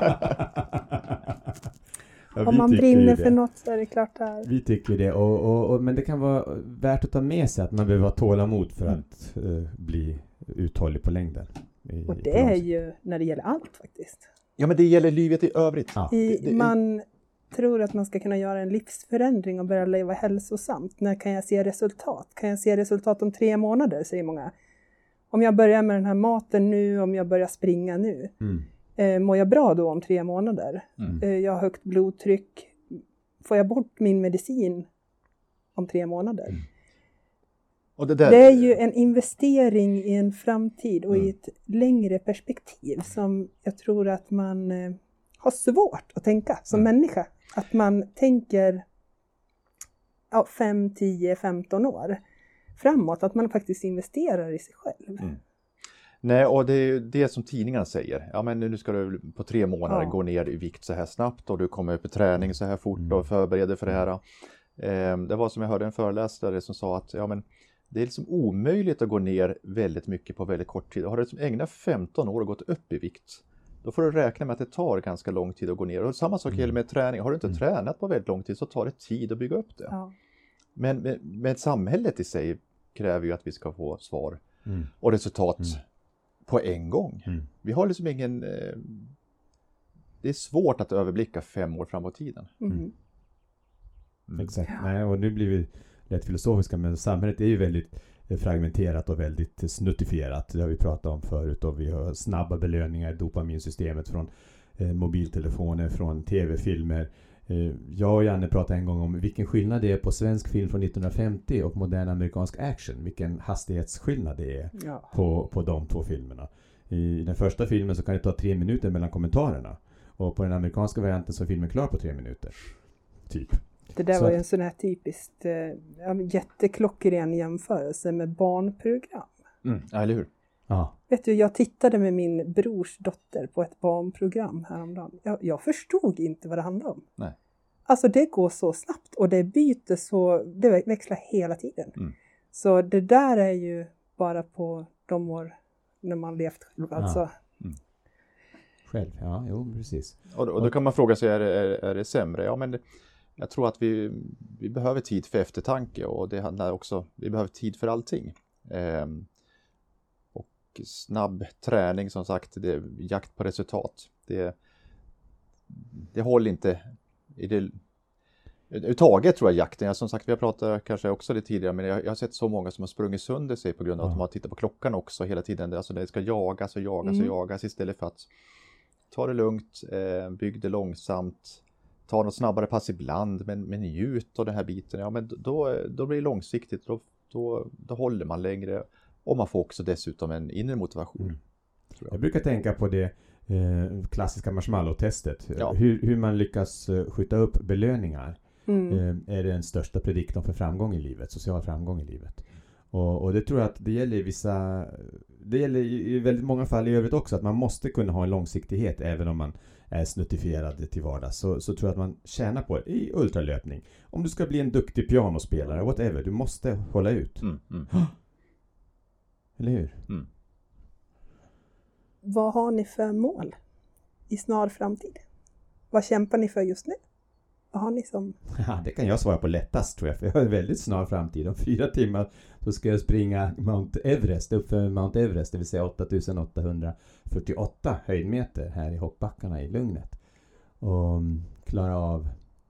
Om man brinner för något så är det klart här. Vi tycker det, men det kan vara värt att ta med sig att man behöver ha tålamod för att bli uthållig på längden. Och det är ju när det gäller allt faktiskt. Ja, men det gäller livet i övrigt. Ja. Man tror att man ska kunna göra en livsförändring och börja leva hälsosamt. När kan jag se resultat? Kan jag se resultat om 3 månader, säger många. Om jag börjar med den här maten nu, om jag börjar springa nu. Mår jag bra då om 3 månader? Jag har högt blodtryck. Får jag bort min medicin om 3 månader? Och det är ju en investering i en framtid och i ett längre perspektiv som jag tror att man har svårt att tänka som människa. Att man tänker 5, 10, 15 år framåt. Att man faktiskt investerar i sig själv. Nej, och det är ju det som tidningarna säger. Ja, men nu ska du på 3 månader gå ner i vikt så här snabbt och du kommer upp i träning så här fort och förbereder för det här. Det var som jag hörde en föreläsare som sa att det är liksom omöjligt att gå ner väldigt mycket på väldigt kort tid. Har du liksom ägnat 15 år och gått upp i vikt, då får du räkna med att det tar ganska lång tid att gå ner. Och samma sak gäller med träning. Har du inte tränat på väldigt lång tid så tar det tid att bygga upp det. Ja. Men samhället i sig kräver ju att vi ska få svar och resultat på en gång. Vi har liksom ingen... Det är svårt att överblicka 5 år framåt tiden. Exakt. Nej, och nu blir vi lätt filosofiska, men samhället är ju väldigt fragmenterat och väldigt snuttifierat. Det har vi pratat om förut, och vi har snabba belöningar, dopaminsystemet från mobiltelefoner, från tv-filmer. Jag och Janne pratade en gång om vilken skillnad det är på svensk film från 1950 och modern amerikansk action. Vilken hastighetsskillnad det är på de två filmerna. I den första filmen så kan det ta 3 minuter mellan kommentarerna. Och på den amerikanska varianten så är filmen klar på 3 minuter. Typ. Det där var ju en sån här typiskt jätteklockren jämförelse med barnprogram. Ja, eller hur? Ja. Vet du, jag tittade med min brors dotter på ett barnprogram häromdagen. Jag förstod inte vad det handlade om. Nej. Alltså det går så snabbt och det byter så, det växlar hela tiden. Så det där är ju bara på de år när man levt själv. Alltså. Själv, ja, jo, precis. Och då kan man fråga sig, är det sämre? Ja, men jag tror att vi behöver tid för eftertanke, och det handlar också, vi behöver tid för allting. Och snabb träning, som sagt, det är jakt på resultat. Det håller inte i det uttaget, tror jag, jakten. Som sagt, vi har pratat kanske också lite tidigare, men jag har sett så många som har sprungit sönder sig på grund av att de har tittat på klockan också hela tiden. Alltså det ska jagas istället för att ta det lugnt, bygg det långsamt, ta något snabbare pass ibland, men njut av den här biten. Ja, men då blir det långsiktigt, då håller man längre, och man får också dessutom en inre motivation. Jag brukar tänka på det klassiska marshmallow-testet. Ja. Hur man lyckas skjuta upp belöningar är den största prediktorn för framgång i livet, social framgång i livet. Och det tror jag att det gäller i väldigt många fall i övrigt också, att man måste kunna ha en långsiktighet även om man är snuttifierad till vardags. Så tror jag att man tjänar på det i ultralöpning. Om du ska bli en duktig pianospelare, whatever, du måste hålla ut. Eller hur? Vad har ni för mål i snar framtid? Vad kämpar ni för just nu? Vad har ni som... Ja, det kan jag svara på lättast, tror jag. För jag har en väldigt snar framtid. Om 4 timmar så ska jag springa Mount Everest, upp för Mount Everest, det vill säga 8848 höjdmeter här i hoppbackarna i Lugnet. Och klara av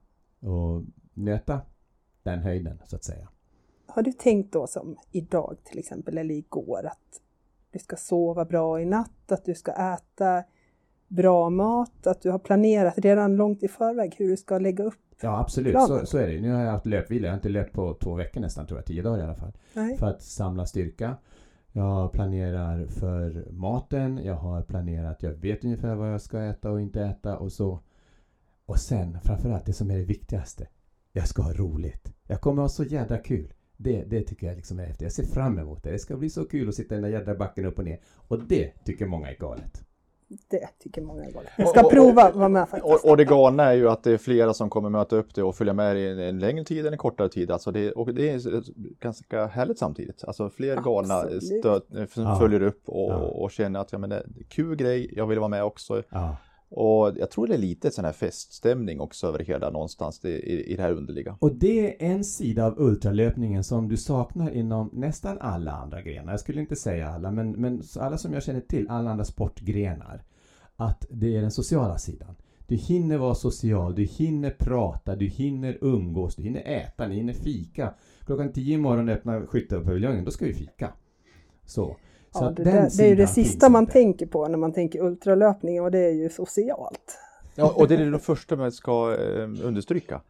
och nöta den höjden, så att säga. Har du tänkt då, som idag till exempel, eller igår, att du ska sova bra i natt, att du ska äta bra mat, att du har planerat redan långt i förväg hur du ska lägga upp? Ja, absolut. Så är det. Nu har jag haft löpvila. Jag har inte löpt på 2 veckor nästan, tror jag. 10 dagar i alla fall. Nej. För att samla styrka. Jag planerar för maten. Jag har planerat, jag vet ungefär vad jag ska äta och inte äta. Och så. Och sen, framförallt det som är det viktigaste. Jag ska ha roligt. Jag kommer ha så jädra kul. Det tycker jag liksom är efter. Jag ser fram emot det. Det ska bli så kul att sitta i den där jädra backen upp och ner. Och det tycker många är galet. Det tycker många är galet. Jag ska prova vara med faktiskt. Och det galna är ju att det är flera som kommer möta upp det och följa med i en längre tid än en kortare tid. Alltså det är ganska härligt samtidigt. Alltså fler galna följer upp och känner att det är en kul grej, jag vill vara med också. Ja. Och jag tror det är lite sån här feststämning också över hela någonstans i det här underliga. Och det är en sida av ultralöpningen som du saknar inom nästan alla andra grenar. Jag skulle inte säga alla, men alla som jag känner till, alla andra sportgrenar. Att det är den sociala sidan. Du hinner vara social, du hinner prata, du hinner umgås, du hinner äta, ni hinner fika. 10:00 imorgon öppnar skyttepaviljongen, då ska vi fika. Så det är ju det sista man tänker på när man tänker ultralöpning, och det är ju socialt. Ja, och det är det första man ska understryka.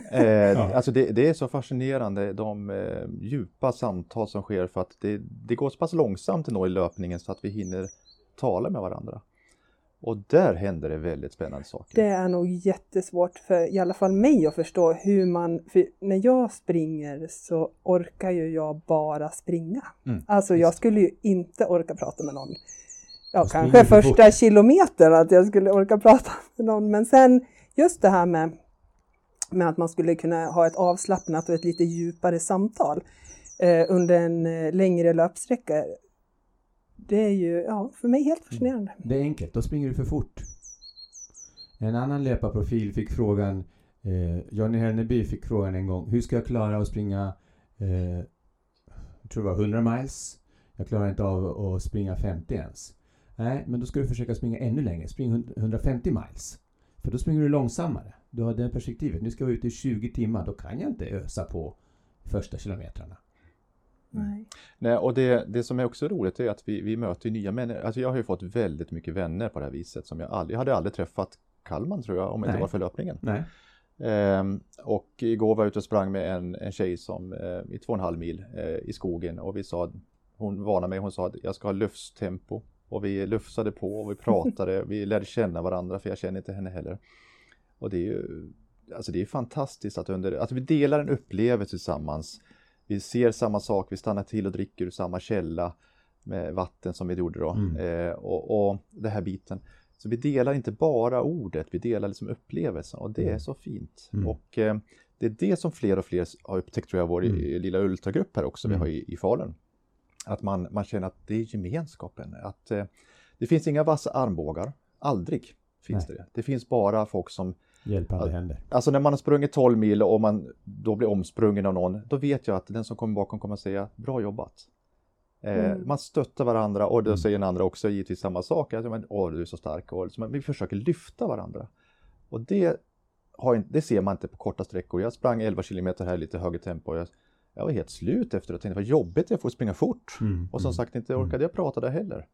Alltså det är så fascinerande, de djupa samtal som sker, för att det går så pass långsamt i löpningen så att vi hinner tala med varandra. Och där händer det väldigt spännande saker. Det är nog jättesvårt för i alla fall mig att förstå hur för när jag springer så orkar ju jag bara springa. Alltså jag skulle ju inte orka prata med någon. Ja, kanske första kilometern att jag skulle orka prata med någon. Men sen just det här med Men att man skulle kunna ha ett avslappnat och ett lite djupare samtal under en längre löpsträcka. Det är ju för mig helt fascinerande. Det är enkelt, då springer du för fort. En annan löparprofil fick frågan, Johnny Herneby fick frågan en gång, hur ska jag klara att springa, jag tror det var 100 miles. Jag klarar inte av att springa 50 ens. Nej, men då ska du försöka springa ännu längre. Spring 150 miles. För då springer du långsammare. Du har det perspektivet. Nu ska jag vara ute i 20 timmar. Då kan jag inte ösa på första kilometrarna. Nej, och det som är också roligt är att vi möter nya människor. Alltså jag har ju fått väldigt mycket vänner på det här viset. Som jag hade aldrig träffat Kalman tror jag, om det inte var för löpningen. Nej. Och igår var jag ute och sprang med en tjej som i 2,5 mil i skogen. Och vi sa, hon varnade mig, hon sa att jag ska ha lufstempo. Och vi lufsade på och vi pratade, vi lärde känna varandra för jag känner inte henne heller. Och det är ju, alltså det är fantastiskt att vi delar en upplevelse tillsammans. Vi ser samma sak, vi stannar till och dricker ur samma källa med vatten som vi gjorde då. Och det här biten. Så vi delar inte bara ordet, vi delar liksom upplevelsen och det är så fint. Och det är det som fler och fler har upptäckt tror jag vår lilla ultragrupp här också vi har i Falun. Att man känner att det är gemenskapen. Att det finns inga vassa armbågar. Aldrig finns det. Det finns bara folk som... Hjälpande händer. Alltså när man har sprungit 12 mil och man då blir omsprungen av någon. Då vet jag att den som kommer bakom kommer att säga bra jobbat. Man stöttar varandra och då säger den andra också givetvis samma sak. Alltså, du är så stark. Och, så vi försöker lyfta varandra. Och det ser man inte på korta sträckor. Jag sprang 11 kilometer här i lite högre tempo. Jag var helt slut efter att tänka vad jobbigt jag får springa fort. Och som sagt inte orkade jag prata där heller.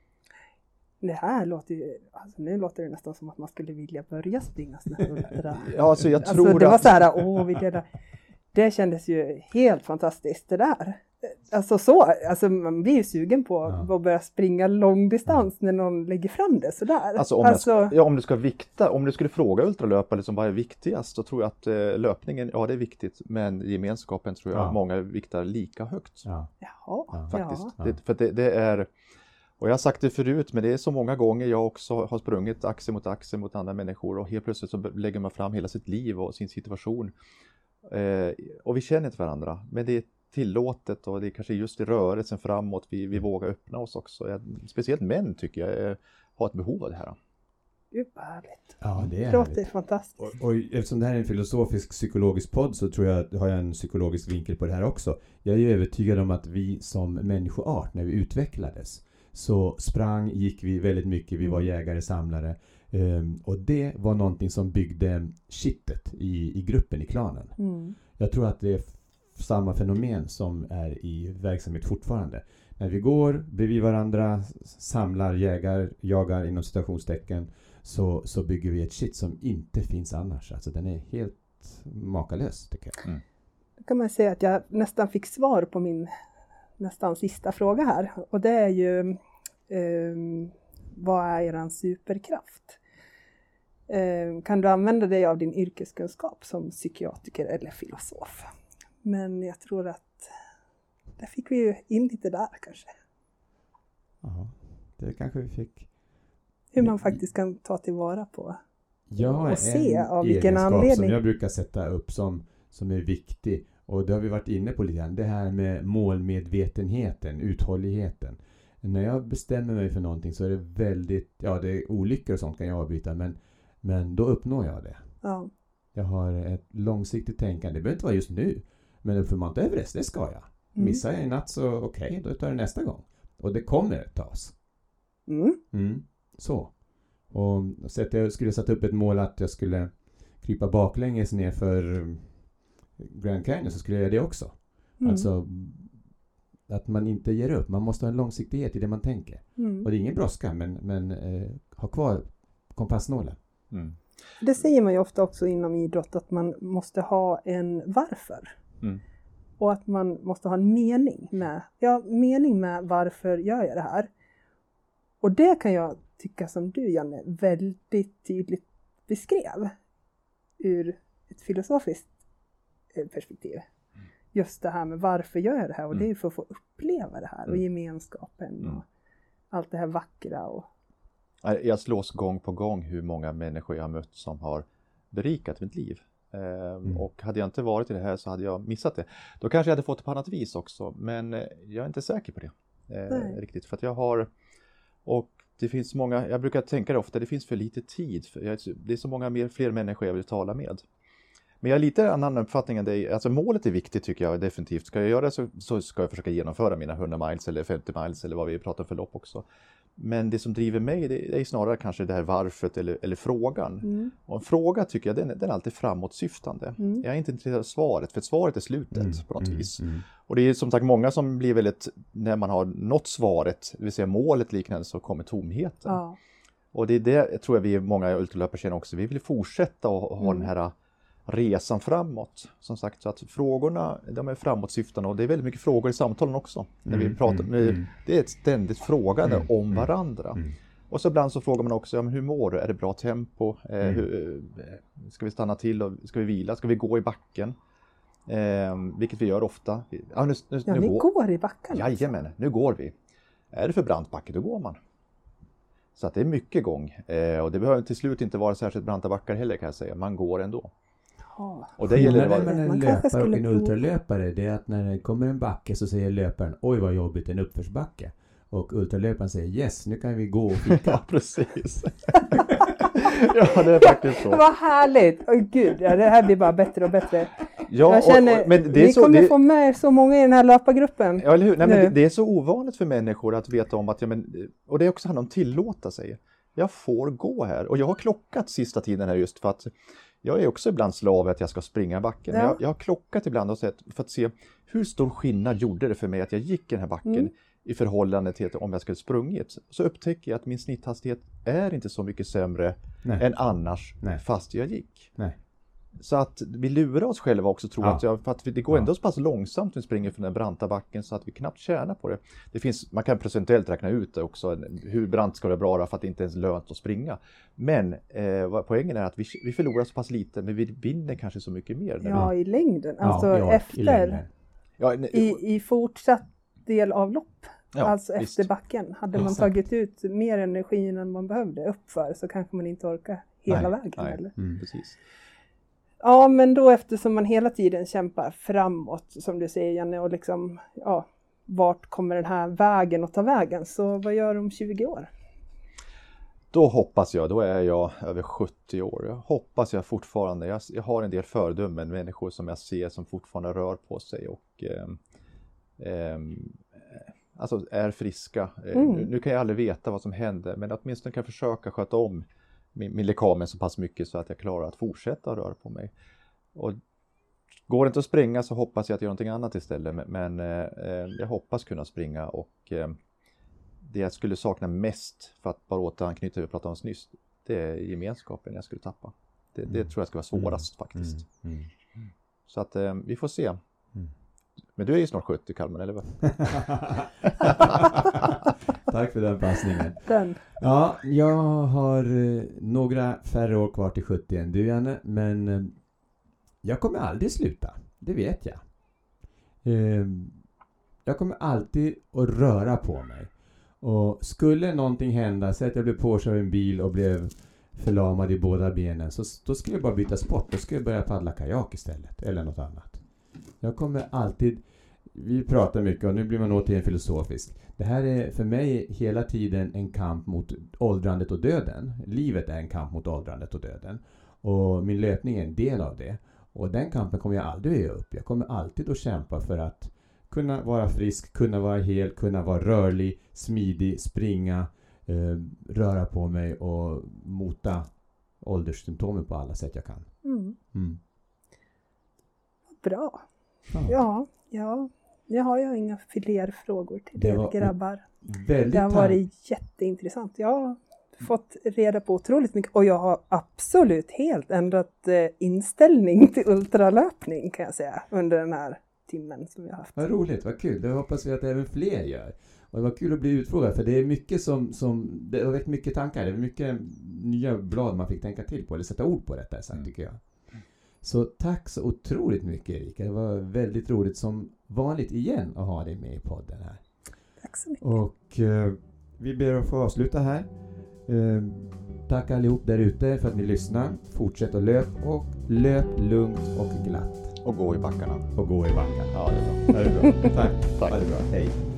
Det här låter ju, alltså nu låter det nästan som att man skulle vilja börja springa snabbt. Ja, alltså jag tror alltså, det var så här, det kändes ju helt fantastiskt det där. Alltså man blir ju sugen på att börja springa långdistans när någon lägger fram det sådär. Om du ska vikta, om du skulle fråga ultralöpare liksom, vad är viktigast, så tror jag att löpningen, det är viktigt, men gemenskapen tror jag många viktar lika högt. Jaha. Faktiskt. För det är, och jag har sagt det förut, men det är så många gånger jag också har sprungit axel mot andra människor och helt plötsligt så lägger man fram hela sitt liv och sin situation. Och vi känner inte varandra, men det är tillåtet och det är kanske just i rörelsen framåt vi vågar öppna oss också. Speciellt män tycker jag har ett behov av det här. Gud vad härligt. Ja, det är härligt. Det är fantastiskt. Och eftersom det här är en filosofisk psykologisk podd så tror jag har jag en psykologisk vinkel på det här också. Jag är ju övertygad om att vi som människoart när vi utvecklades så gick vi väldigt mycket, vi var jägare, samlare. Och det var någonting som byggde kittet i gruppen, i klanen. Jag tror att det är samma fenomen som är i verksamhet fortfarande. När vi går bredvid varandra, samlar, jagar inom citationstecken, så bygger vi ett shit som inte finns annars. Alltså den är helt makalös tycker jag. Då kan man säga att jag nästan fick svar på min nästan sista fråga här. Och det är ju vad är eran superkraft? Kan du använda dig av din yrkeskunskap som psykiatriker eller filosof? Men jag tror att där fick vi ju in lite där kanske. Ja, det kanske vi fick. Hur man faktiskt kan ta tillvara på och se av vilken anledning. Som jag brukar sätta upp som är viktig. Och det har vi varit inne på lite grann. Det här med målmedvetenheten, uthålligheten. När jag bestämmer mig för någonting så är det väldigt, det är olyckor och sånt kan jag avbryta. Men då uppnår jag det. Ja. Jag har ett långsiktigt tänkande. Det behöver inte vara just nu. Men uppför man inte Everest, det ska jag. Missar jag i natt så okej, då tar jag nästa gång. Och det kommer tas. Så. Och så att jag skulle sätta upp ett mål att jag skulle krypa baklänges ner för Grand Canyon så skulle jag göra det också. Alltså att man inte ger upp. Man måste ha en långsiktighet i det man tänker. Och det är ingen brådska, men ha kvar kompassnålen. Det säger man ju ofta också inom idrott att man måste ha en varför. Och att man måste ha en mening med varför gör jag det här. Och det kan jag tycka som du Janne väldigt tydligt beskrev ur ett filosofiskt perspektiv. Just det här med varför gör jag det här och det är för att få uppleva det här och gemenskapen och allt det här vackra. Och... Jag slås gång på gång hur många människor jag har mött som har berikat mitt liv. Och hade jag inte varit i det här så hade jag missat det. Då kanske jag hade fått det på annat vis också. Men jag är inte säker på det riktigt. För att jag har... Och det finns många... Jag brukar tänka det ofta. Det finns för lite tid. Det är så många fler människor jag vill tala med. Men jag har lite annan uppfattning än dig. Alltså målet är viktigt tycker jag definitivt. Ska jag göra det så ska jag försöka genomföra mina 100 miles eller 50 miles eller vad vi pratar för lopp också. Men det som driver mig det är snarare kanske det här varför eller frågan. Och en fråga tycker jag den är alltid framåtsyftande. Jag är inte intresserad av svaret för svaret är slutet på något vis. Och det är som sagt många som blir väldigt, när man har nått svaret, det vill säga målet liknande så kommer tomheten. Ja. Och det är det tror jag vi många ultralöpare känner också. Vi vill fortsätta och ha den här resan framåt. Som sagt så att frågorna de är framåtsyftande och det är väldigt mycket frågor i samtalen också. När vi pratar, det är ett ständigt frågande om varandra. Och så ibland så frågar man också, men hur mår du? Är det bra tempo? Ska vi stanna till och ska vi vila? Ska vi gå i backen? Vilket vi gör ofta. Ni går i backen? Jajamän, nu går vi. Är det för brant backe, då går man. Så att det är mycket gång. Och det behöver till slut inte vara särskilt branta backar heller kan jag säga. Man går ändå. Och det gäller mellan en löpare och en ultralöpare det är att när det kommer en backe så säger löparen oj vad jobbigt en uppförsbacke. Och ultralöparen säger yes nu kan vi gå och fika. Ja precis. Ja det är faktiskt så. Vad härligt. Åh gud, det här blir bara bättre och bättre. Ja, jag känner, men det är så, kommer få med så många i den här löpargruppen. Ja, eller hur? Nej, men det är så ovanligt för människor att veta om att, och det är också handlar om tillåta sig. Jag får gå här. Och jag har klockat sista tiden här just för att jag är också ibland slav att jag ska springa backen. Ja. Jag har klockat ibland och sett för att se hur stor skillnad gjorde det för mig att jag gick i den här backen i förhållande till om jag skulle sprungit. Så upptäcker jag att min snitthastighet är inte så mycket sämre än annars fast jag gick. Nej. Så att vi lurar oss själva också tror att, för att det går ändå så pass långsamt när vi springer från den branta backen så att vi knappt tjänar på det. Man kan procentuellt räkna ut det också, hur brant ska det vara för att det inte ens är lönt att springa. Men poängen är att vi förlorar så pass lite men vi vinner kanske så mycket mer. I längden. Alltså efter, i fortsatt del av lopp. Alltså efter backen. Hade man tagit ut mer energi än man behövde uppför så kanske man inte orkar hela vägen. Nej. Eller? Precis. Ja, men då eftersom man hela tiden kämpar framåt, som du säger Janne, och liksom, vart kommer den här vägen att ta vägen? Så vad gör du om 20 år? Då hoppas jag, då är jag över 70 år. Jag hoppas jag fortfarande, jag har en del fördömen, människor som jag ser som fortfarande rör på sig och alltså är friska. Nu kan jag aldrig veta vad som händer, men åtminstone kan jag försöka sköta om min lekamen så pass mycket så att jag klarar att fortsätta röra på mig. Och går det inte att springa så hoppas jag att göra någonting annat istället. Men jag hoppas kunna springa och det jag skulle sakna mest för att bara återanknyta till det vi pratade om nyss, det är gemenskapen jag skulle tappa. Det tror jag ska vara svårast faktiskt. Så att vi får se. Men du är ju snart 70 Kalman, eller vad? Tack för den passningen. Ja, jag har några färre år kvar till 70 än du Janne, men jag kommer aldrig sluta. Det vet jag. Jag kommer alltid att röra på mig. Och skulle någonting hända, så att jag blev påkörd av en bil och blev förlamad i båda benen, så då skulle jag bara byta sport. Då skulle jag börja paddla kajak istället, eller något annat. Jag kommer alltid, vi pratar mycket och nu blir man återigen filosofisk. Det här är för mig hela tiden en kamp mot åldrandet och döden. Livet är en kamp mot åldrandet och döden. Och min löpning är en del av det. Och den kampen kommer jag aldrig att ge upp. Jag kommer alltid att kämpa för att kunna vara frisk, kunna vara hel, kunna vara rörlig, smidig, springa, röra på mig och mota ålderssymptomen på alla sätt jag kan. Bra. Ja. Jag har ju inga fler frågor till er grabbar. Det har varit jätteintressant. Jag har fått reda på otroligt mycket och jag har absolut helt ändrat inställning till ultralöpning kan jag säga under den här timmen som vi har haft. Vad roligt, vad kul. Det hoppas vi att även fler gör. Och det var kul att bli utfrågad för det är mycket som det har varit mycket tankar. Det är mycket nya blad man fick tänka till på eller sätta ord på detta tycker jag. Så tack så otroligt mycket Erika. Det var väldigt roligt som vanligt igen att ha dig med i podden här. Tack så mycket. Och vi ber att få avsluta här. Tack allihop där ute för att ni lyssnar. Fortsätt att löp lugnt och glatt. Och gå i backarna. Och gå i backarna. Ja, det är bra. Det är bra. Tack. Tack. Ha det bra. Hej.